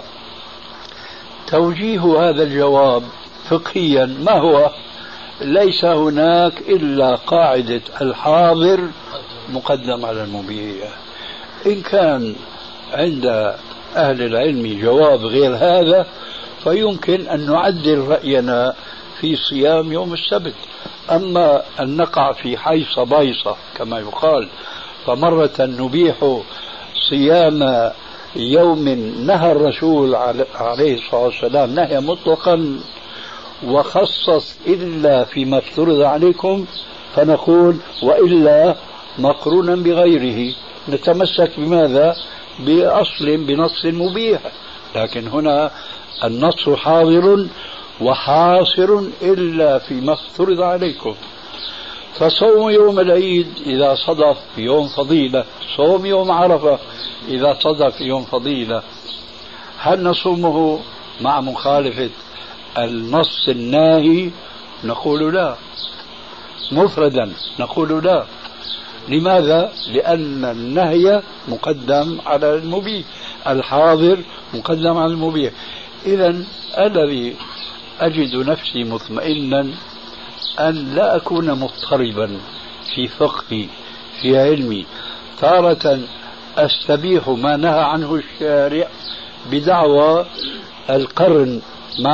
توجيه هذا الجواب فقهيا ما هو؟ ليس هناك إلا قاعدة الحاضر مقدم على المبيح. إن كان عند أهل العلم جواب غير هذا فيمكن أن نعدل رأينا في صيام يوم السبت. أما أن نقع في حيصة بايصة كما يقال فمرة نبيح صيام يوم نهى الرسول عليه الصلاة والسلام نهي مطلقا وخصص إلا فيما افترض عليكم، فنقول وإلا مقرونا بغيره، نتمسك بماذا؟ بأصل بنص مبيح. لكن هنا النص حاضر وحاصر إلا فيما افترض عليكم. فصوم يوم العيد إذا صدف يوم فضيلة، صوم يوم عرفة إذا صدف يوم فضيلة، هل نصومه مع مخالفة النص الناهي؟ نقول لا. مفردا نقول لا. لماذا؟ لأن النهي مقدم على المبيح، الحاضر مقدم على المبيح. إذن الذي أجد نفسي مطمئنا أن لا أكون مضطربا في فقهي في علمي، تارة أستبيح ما نهى عنه الشارع بدعوى القرن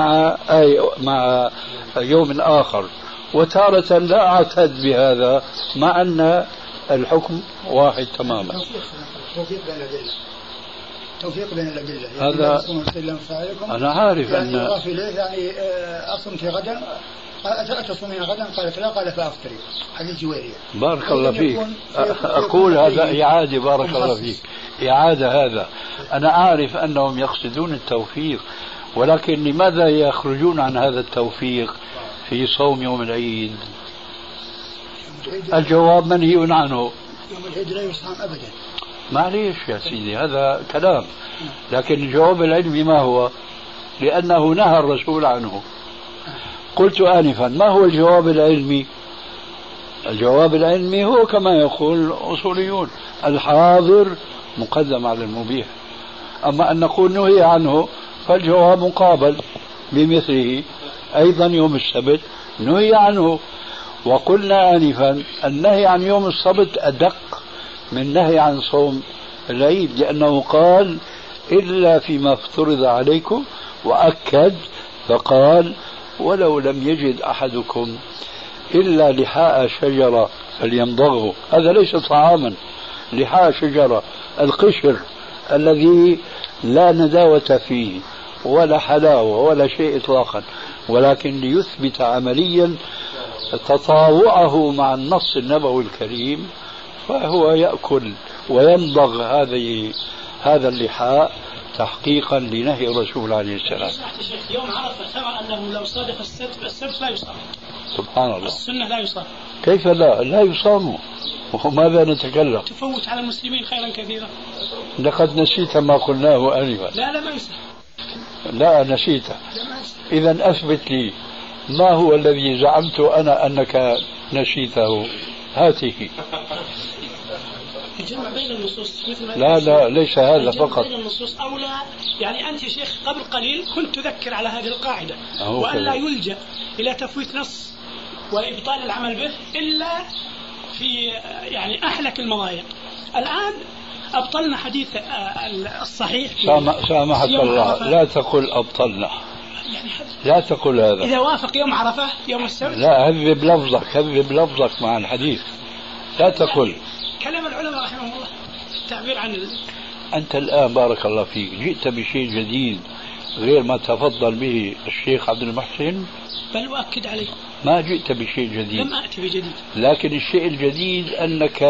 مع يوم آخر، وتارة لا أعتد بهذا مع أن الحكم واحد تماما. توفيق بين الأدلة. هذا أنا عارف يعني أن يعني أصمت غدا أتصومين غدا؟ قالت لا. قال فأفطري. حديث جويرية. بارك الله فيك. أقول هذا إعادة. بارك الله فيك. إعادة. هذا أنا أعرف أنهم يقصدون التوفيق، ولكن لماذا يخرجون عن هذا التوفيق في صوم يوم العيد؟ الجواب منهي عنه. يوم العيد لا يصام أبدا. معليش يا سيدي، هذا كلام، لكن الجواب العلمي ما هو؟ لأنه نهى الرسول عنه. قلت آنفا ما هو الجواب العلمي؟ الجواب العلمي هو كما يقول الأصوليون: الحاضر مقدم على المبيح. أما أن نقول نهي عنه فالجواب مقابل بمثله. أيضا يوم السبت نهي عنه، وقلنا آنفا النهي عن يوم السبت أدق من نهي عن صوم العيد، لأنه قال إلا فيما افترض عليكم، وأكد فقال: ولو لم يجد أحدكم إلا لحاء شجرة فليمضغه. هذا ليس طعاما، لحاء شجرة، القشر الذي لا نداوة فيه ولا حلاوة ولا شيء إطلاقا، ولكن ليثبت عمليا تطاوعه مع النص النبوي الكريم، فهو يأكل ويمضغ هذا اللحاء تحقيقا لنهي الرسول عليه السلام. يوم عرفة ترى أنه لو صادف السبت لا يصام. سبحان الله. السنة لا يصام. كيف لا يصام؟ وماذا نتكلم؟ تفوت على المسلمين خيرا كثيرا. لقد نسيت ما قلناه آنفا. لا ما ينسى. لا نسيته. إذا أثبت لي ما هو الذي زعمت أنا أنك نسيته. هاته. الجمع بين النصوص مثل ما لا ليس هذا فقط. بين النصوص أو لا، يعني أنت يا شيخ قبل قليل كنت تذكر على هذه القاعدة، وأن لا يلجأ إلى تفويت نص وإبطال العمل به إلا في يعني أحلك المضايق. الآن أبطلنا حديث الصحيح. سامحك الله، لا تقل أبطلنا، لا تقل هذا. إذا وافق يوم عرفة يوم السبت. لا، هذب لفظك مع الحديث، لا تقل. كلام العلماء رحمهم الله التعبير عن أنت الآن بارك الله فيك جئت بشيء جديد غير ما تفضل به الشيخ عبد المحسن، بل أؤكد عليه ما جئت بشيء جديد. لم أأتي بجديد، لكن الشيء الجديد أنك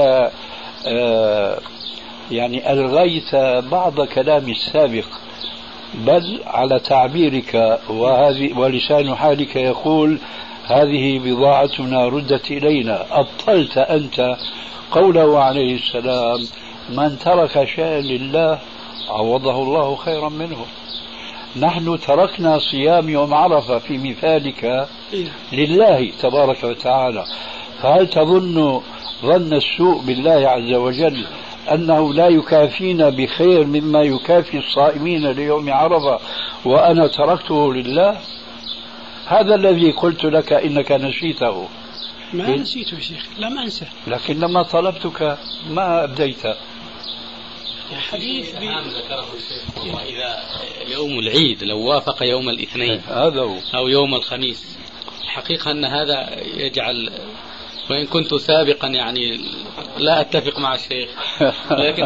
يعني ألغيت بعض كلام السابق، بل على تعبيرك ولسان حالك يقول: هذه بضاعتنا ردت إلينا. أبطلت أنت قوله عليه السلام: من ترك شيئا لله عوضه الله خيرا منه. نحن تركنا صيام يوم عرفة في مثالك لله تبارك وتعالى، فهل تظن ظن السوء بالله عز وجل أنه لا يكافينا بخير مما يكافي الصائمين ليوم عرفة وأنا تركته لله؟ هذا الذي قلت لك إنك نسيته. ما نسيته يا شيخ، لم أنسى، لكن لما طلبتك ما أبديت. حديث ذكره الشيخ وإذا يوم العيد لو وافق يوم الاثنين هذا هو أو يوم الخميس، الحقيقة أن هذا يجعل، وإن كنت سابقا يعني لا أتفق مع الشيخ، لكن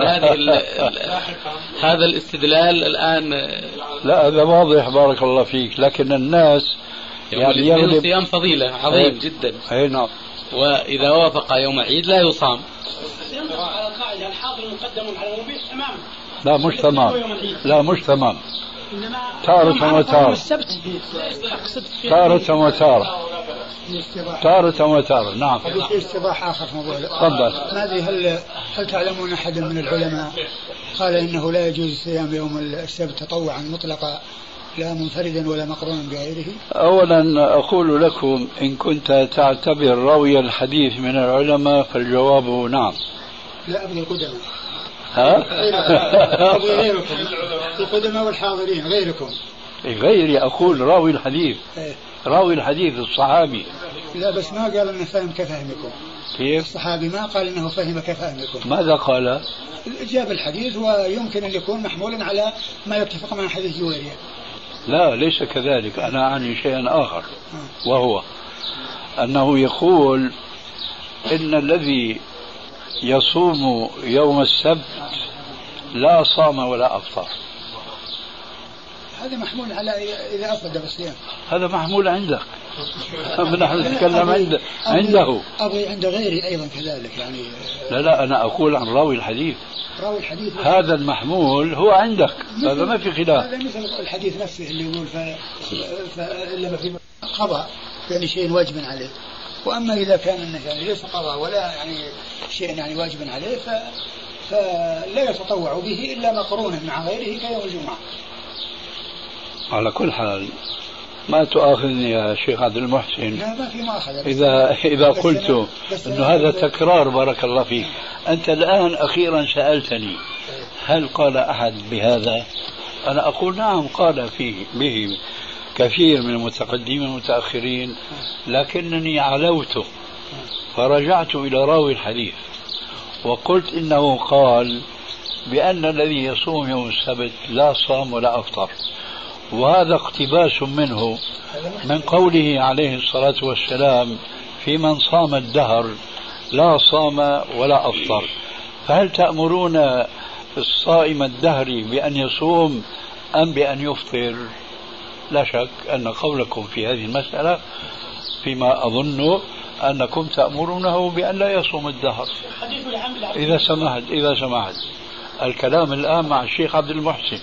هذا الاستدلال الآن لا، هذا واضح بارك الله فيك. لكن الناس يعني يغلب الصيام فضيلة عظيم جدا. نعم. وإذا وافق يوم عيد لا يصام. ينطبق على القاعدة: الحاضر مقدم على المبيح تماما. لا مش تمام، لا مش تمام، تارة وتارة، تارة وتارة. نعم. في استيضاح آخر في موضوع. تفضل. ما أدري هل تعلمون أحدا من العلماء قال إنه لا يجوز صيام يوم السبت تطوعا مطلقا لا منفردا ولا مقرونا بغيره؟ أولا أقول لكم إن كنت تعتبر راوي الحديث من العلماء فالجواب نعم. لا أبغي القدماء. أبغي غيركم، القدماء والحاضرين غيركم. غيري أقول راوي الحديث. راوي الحديث الصحابي. لا بس ما قال انه فهم كفهمكم. كيف؟ الصحابي ما قال انه فهم كفهمكم. ماذا قال؟ جاب الحديث ويمكن ان يكون محمولا على ما يتفق مع حديث جويرية. لا ليس كذلك، انا اعني شيئا اخر، وهو انه يقول ان الذي يصوم يوم السبت لا صام ولا افطر. هذا محمول على إذا أفرد بالصيام. هذا محمول عندك. نحن نتكلم عنده. أبغي عند غيري أيضا كذلك يعني. لا أنا أقول عن راوي الحديث. راوي الحديث هذا المحمول هو عندك، هذا ما في خلاف. هذا مثل الحديث نفسه اللي يقول إلا في قضاء يعني شيء واجب عليه. وأما إذا كان يعني ليس قضاء ولا يعني شيء يعني واجب عليه فلا يتطوع به إلا مقرونا مع غيره كيوم الجمعة. على كل حال ما تؤاخذني يا شيخ عبد المحسن. لا ما في مؤاخذة. إذا قلت أنه هذا تكرار بارك الله فيك. أنت الآن أخيرا سألتني هل قال أحد بهذا؟ أنا أقول نعم قال فيه به كثير من المتقدمين والمتأخرين، لكنني علوت فرجعت إلى راوي الحديث وقلت إنه قال بأن الذي يصوم يوم السبت لا صام ولا أفطر، وهذا اقتباس منه من قوله عليه الصلاة والسلام في من صام الدهر لا صام ولا أفطر. فهل تأمرون الصائم الدهري بأن يصوم أم بأن يفطر؟ لا شك أن قولكم في هذه المسألة فيما أظن أنكم تأمرونه بأن لا يصوم الدهر. إذا سمحت الكلام الآن مع الشيخ عبد المحسن.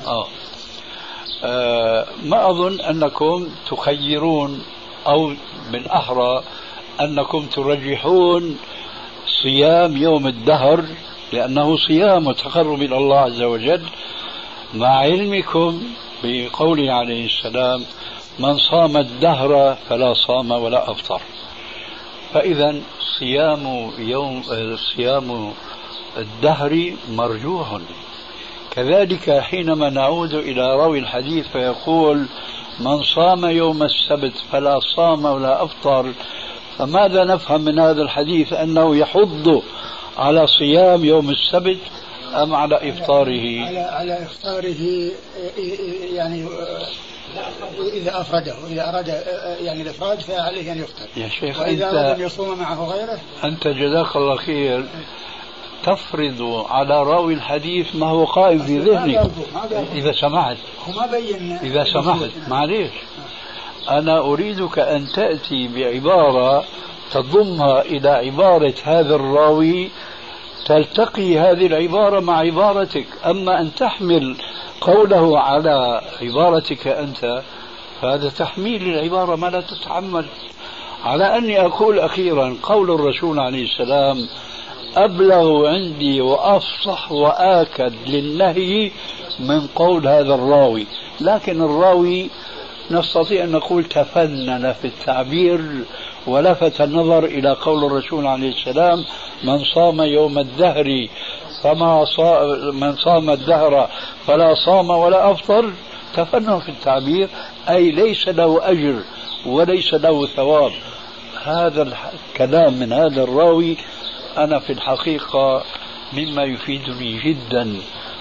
ما أظن أنكم تخيرون أو بالأحرى أنكم ترجحون صيام يوم الدهر لأنه صيام وتقرب إلى الله عز وجل، مع علمكم بقوله عليه السلام من صام الدهر فلا صام ولا أفطر. فإذا صيام الدهر مرجوح. كذلك حينما نعود إلى راوي الحديث فيقول من صام يوم السبت فلا صام ولا أفطر، فماذا نفهم من هذا الحديث؟ أنه يحض على صيام يوم السبت أم على إفطاره؟ على إفطاره يعني إذا أفرده، إذا أراد يعني الإفراد فعليه أن يفطر. يا شيخ وإذا أراد أن يصوم معه غيره أنت جزاك الله خير تفرض على راوي الحديث ما هو قائم في ذهنك. إذا سمحت إذا سمحت معليش، أنا أريدك أن تأتي بعبارة تضمها إلى عبارة هذا الراوي تلتقي هذه العبارة مع عبارتك. أما أن تحمل قوله على عبارتك أنت فهذا تحميل للعبارة ما لا تتحمل. على أني أقول أخيرا قول الرسول عليه السلام أبلغ عندي وأفصح وآكد للنهي من قول هذا الراوي، لكن الراوي نستطيع أن نقول تفنن في التعبير ولفت النظر إلى قول الرسول عليه السلام من صام يوم الدهر من صام الدهر فلا صام ولا أفطر. تفنن في التعبير أي ليس له أجر وليس له ثواب. هذا الكلام من هذا الراوي أنا في الحقيقة مما يفيدني جدا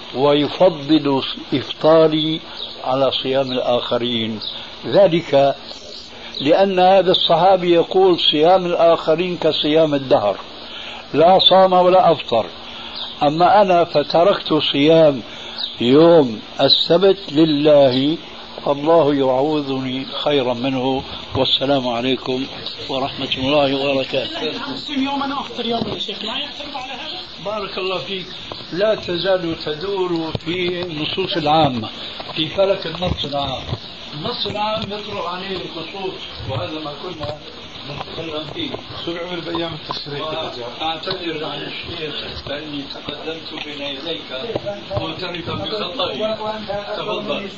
ويفضل إفطاري على صيام الآخرين، ذلك لأن هذا الصحابي يقول صيام الآخرين كصيام الدهر لا صام ولا أفطر، أما أنا فتركت صيام يوم السبت لله الله يعوضني خيرا منه. والسلام عليكم ورحمة الله وبركاته. يوم أنا أفطر يوم يا شيخ ما يعترض على هذا؟ بارك الله فيك. لا تزال تدور في النصوص العامة في فلك النص العام. النص العام يطرق عليه الخصوص وهذا ما كنا نتكلم فيه. سرعوا بأيام التشريق. أعتذر عن الشيخ فإني تقدمت بين يديك معترفا بخطئي. تفضل.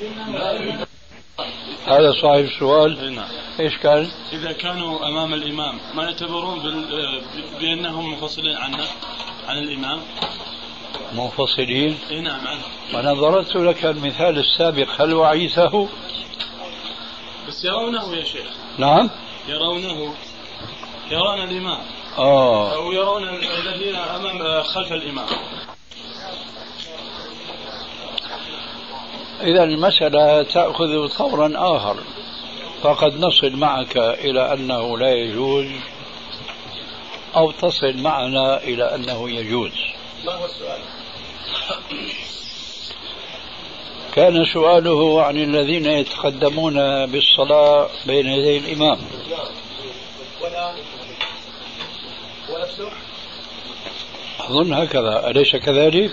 هذا صاحب السؤال. ايش كان؟ إذا كانوا أمام الإمام ما يعتبرون بأنهم منفصلين عن الإمام؟ منفصلين؟ نعم. أنا ضربت لك المثال السابق هل وعيته؟ بس يرونه يا شيخ. نعم يرون الإمام أو يرون الذين أمام خلف الإمام. إذا المسألة تأخذ طورا آخر، فقد نصل معك إلى أنه لا يجوز أو تصل معنا إلى أنه يجوز. ما هو السؤال؟ كان سؤاله عن الذين يتقدمون بالصلاة بين يدي الإمام. أظن هكذا، أليس كذلك؟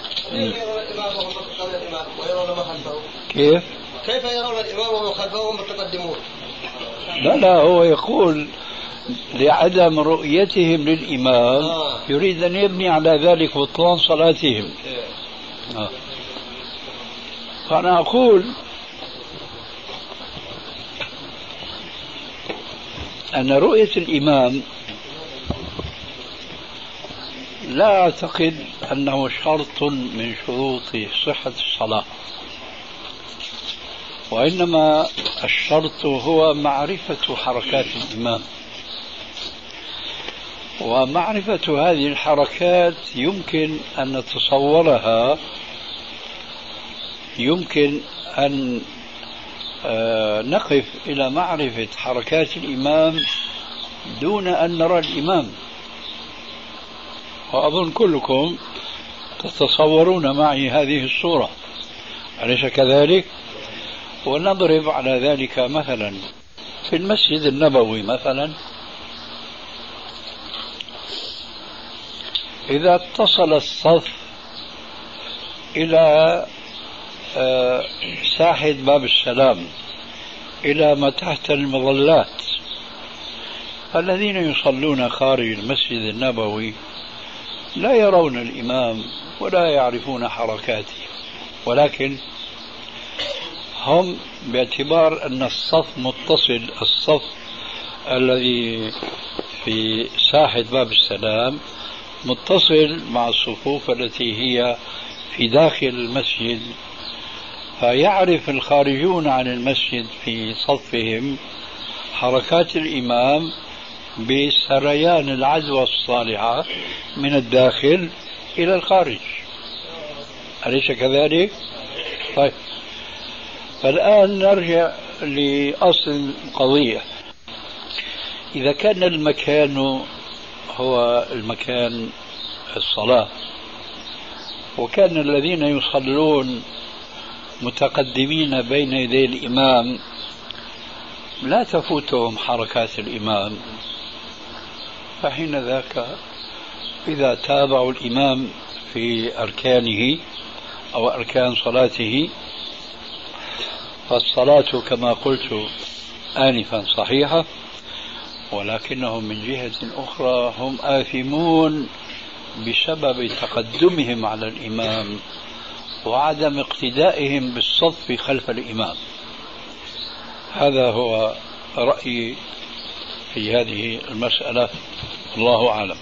كيف؟ كيف يرون الإمام ومن خلفه وهم متقدمون؟ لا هو يقول لعدم رؤيتهم للإمام يريد أن يبني على ذلك بطلان صلاتهم. فأنا أقول أن رؤية الإمام لا أعتقد أنه شرط من شروط صحة الصلاة، وإنما الشرط هو معرفة حركات الإمام، ومعرفة هذه الحركات يمكن أن نتصورها، يمكن أن نقف إلى معرفة حركات الإمام دون أن نرى الإمام، وأظن كلكم تتصورون معي هذه الصورة، أليس كذلك؟ ونضرب على ذلك مثلا في المسجد النبوي مثلا، إذا اتصل الصف إلى ساحة باب السلام إلى ما تحت المظلات، الذين يصلون خارج المسجد النبوي لا يرون الإمام ولا يعرفون حركاته، ولكن هم باعتبار أن الصف متصل، الصف الذي في ساحة باب السلام متصل مع الصفوف التي هي في داخل المسجد، فيعرف الخارجون عن المسجد في صفهم حركات الإمام بسريان العدوى الصالحة من الداخل إلى الخارج، أليس كذلك؟ طيب، فالآن نرجع لأصل القضية. إذا كان المكان هو المكان الصلاة، وكان الذين يصلون متقدمين بين يدي الإمام لا تفوتهم حركات الإمام، فحين ذاك إذا تابعوا الإمام في أركانه أو أركان صلاته فالصلاة كما قلت آنفا صحيحة، ولكنهم من جهة أخرى هم آثمون بسبب تقدمهم على الإمام وعدم اقتدائهم بالصف خلف الإمام. هذا هو رأيي في هذه المسألة، الله أعلم.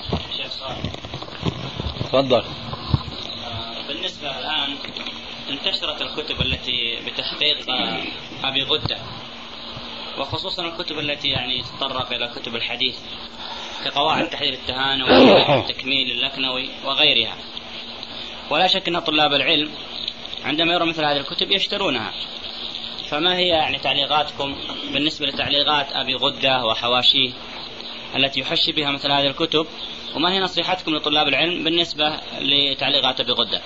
تفضل. بالنسبة الآن انتشرت الكتب التي بتحقيق أبي غدة، وخصوصا الكتب التي يعني تتطرق إلى كتب الحديث كقواعد تحرير التهانة وتكميل اللكنوي وغيرها، ولا شك أن طلاب العلم عندما يروا مثل هذه الكتب يشترونها. فما هي يعني تعليقاتكم بالنسبة لتعليقات أبي غدة وحواشيه التي يحشي بها مثل هذه الكتب، وما هي نصيحتكم لطلاب العلم بالنسبة لتعليقات أبي غدة؟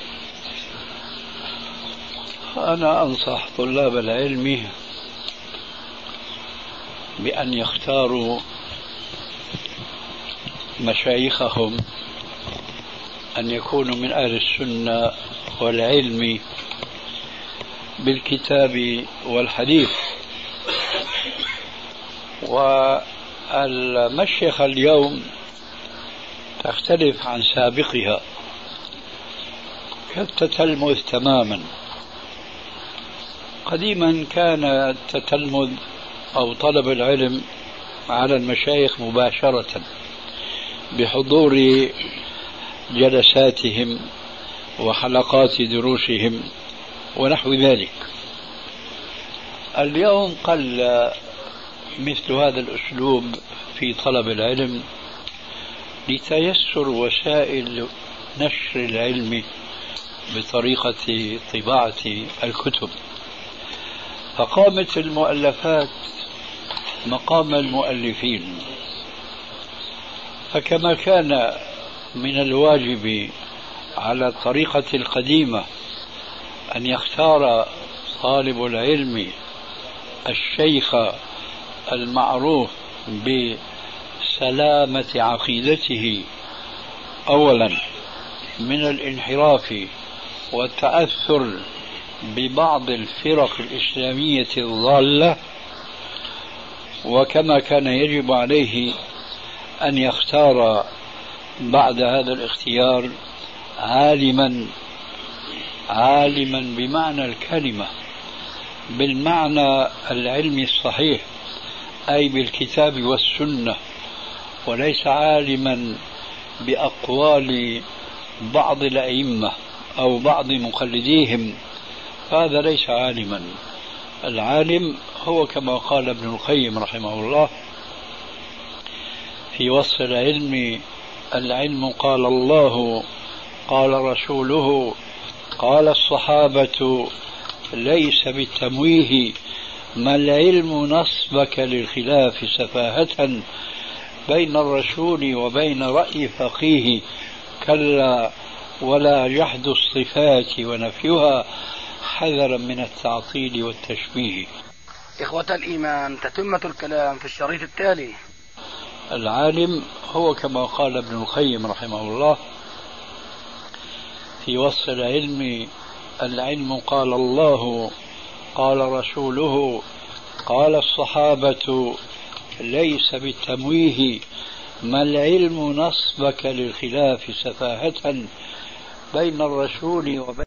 أنا أنصح طلاب العلم بأن يختاروا مشايخهم أن يكونوا من أهل السنة والعلم بالكتاب والحديث. والمشيخة اليوم تختلف عن سابقها كالتتلمذ تماما. قديما كان التتلمذ أو طلب العلم على المشايخ مباشرة بحضور جلساتهم وحلقات دروسهم ونحو ذلك. اليوم قل مثل هذا الأسلوب في طلب العلم لتيسر وسائل نشر العلم بطريقة طباعة الكتب، فقامت المؤلفات مقام المؤلفين. فكما كان من الواجب على الطريقة القديمة أن يختار طالب العلم الشيخ المعروف بسلامة عقيدته أولا من الانحراف والتأثر ببعض الفرق الإسلامية الضالة، وكما كان يجب عليه أن يختار بعد هذا الاختيار عالما بمعنى الكلمة، بالمعنى العلمي الصحيح، أي بالكتاب والسنة، وليس عالما بأقوال بعض الأئمة أو بعض مقلديهم، هذا ليس عالما. العالم هو كما قال ابن القيم رحمه الله في وصف العلم: العلم قال الله قال رسوله قال الصحابة، ليس بالتمويه، ما العلم نصبك للخلاف سفاهة، بين الرسول وبين رأي فقيه، كلا ولا جحد الصفات ونفيها، حذرا من التعطيل والتشبيه. إخوة الإيمان، تتمة الكلام في الشريط التالي. العالم هو كما قال ابن القيم رحمه الله في وصف العلم: العلم قال الله قال رسوله قال الصحابة، ليس بالتمويه، ما العلم نصبك للخلاف سفاهة، بين الرسول وبين